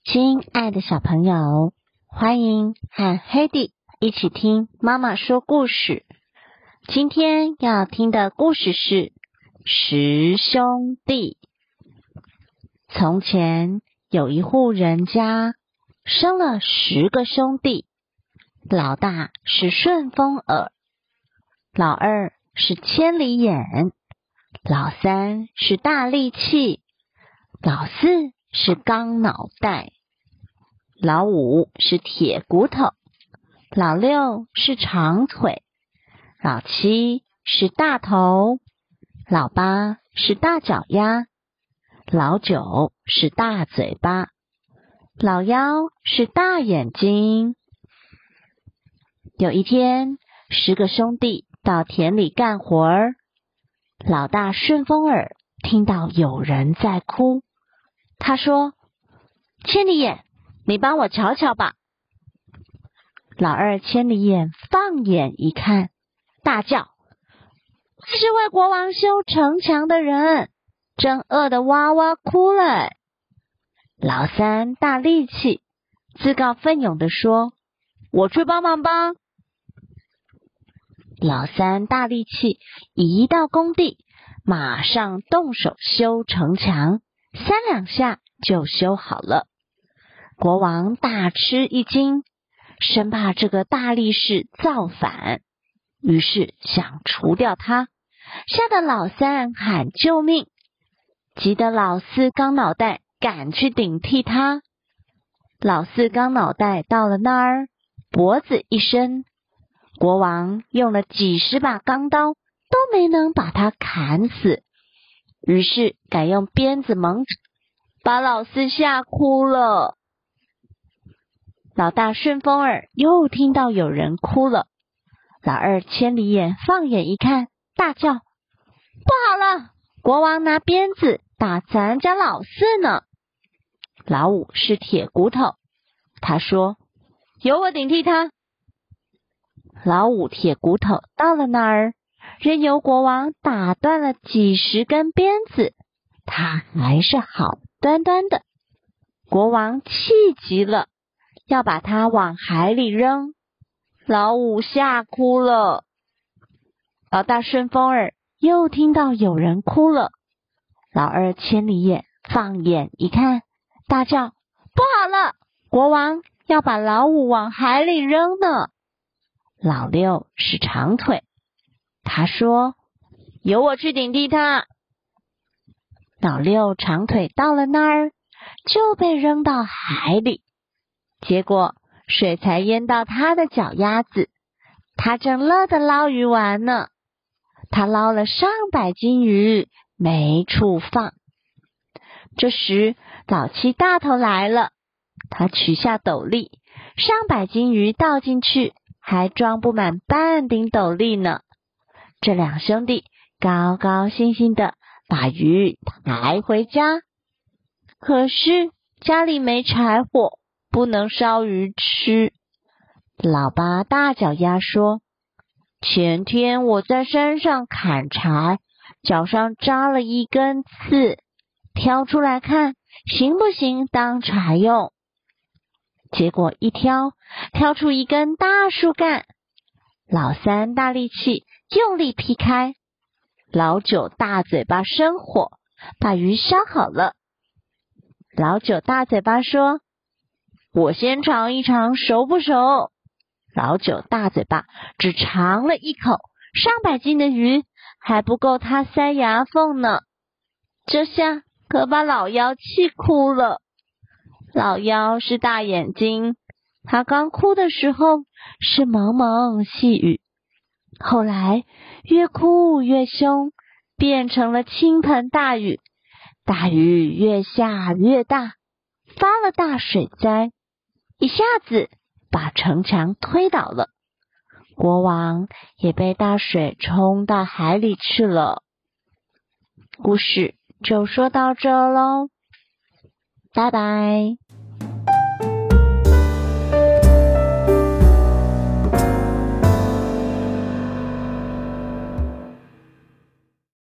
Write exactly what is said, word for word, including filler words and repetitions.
亲爱的小朋友，欢迎和黑弟一起听妈妈说故事。今天要听的故事是十兄弟。从前有一户人家，生了十个兄弟，老大是顺风耳，老二是千里眼，老三是大力气，老四是钢脑袋，老五是铁骨头，老六是长腿，老七是大头，老八是大脚丫，老九是大嘴巴，老幺是大眼睛。有一天，十个兄弟到田里干活儿，老大顺风耳听到有人在哭，他说：千里眼，你帮我瞧瞧吧。老二千里眼放眼一看，大叫：是为国王修城墙的人，正饿得哇哇哭了。老三大力气自告奋勇地说：我去帮忙吧。老三大力气一到工地，马上动手修城墙，三两下就修好了。国王大吃一惊，生怕这个大力士造反，于是想除掉他，吓得老三喊救命，急得老四钢脑袋赶去顶替他。老四钢脑袋到了那儿，脖子一伸，国王用了几十把钢刀都没能把他砍死，于是改用鞭子猛打，把老四吓哭了。老大顺风耳又听到有人哭了，老二千里眼放眼一看，大叫：不好了，国王拿鞭子打咱家老四呢。老五是铁骨头，他说：由我顶替他。老五铁骨头到了那儿，任由国王打断了几十根鞭子，他还是好端端的。国王气急了，要把他往海里扔，老五吓哭了。老大顺风耳又听到有人哭了，老二千里眼放眼一看，大叫：不好了，国王要把老五往海里扔呢。老六是长腿，他说：由我去顶替他。老六长腿到了那儿，就被扔到海里，结果水才淹到他的脚丫子，他正乐得捞鱼玩呢。他捞了上百斤鱼，没处放。这时老七大头来了，他取下斗笠，上百斤鱼倒进去，还装不满半顶斗笠呢。这两兄弟高高兴兴的把鱼抬回家，可是家里没柴火，不能烧鱼吃。老八大脚丫说：前天我在山上砍柴，脚上扎了一根刺，挑出来看行不行当柴用。结果一挑，挑出一根大树干。老三大力气用力劈开，老九大嘴巴生火，把鱼烧好了。老九大嘴巴说：我先尝一尝熟不熟。老九大嘴巴只尝了一口，上百斤的鱼还不够他塞牙缝呢。这下可把老幺气哭了。老幺是大眼睛，他刚哭的时候是蒙蒙细雨，后来越哭越凶，变成了倾盆大雨，大雨越下越大，发了大水灾，一下子把城墙推倒了，国王也被大水冲到海里去了。故事就说到这喽，拜拜。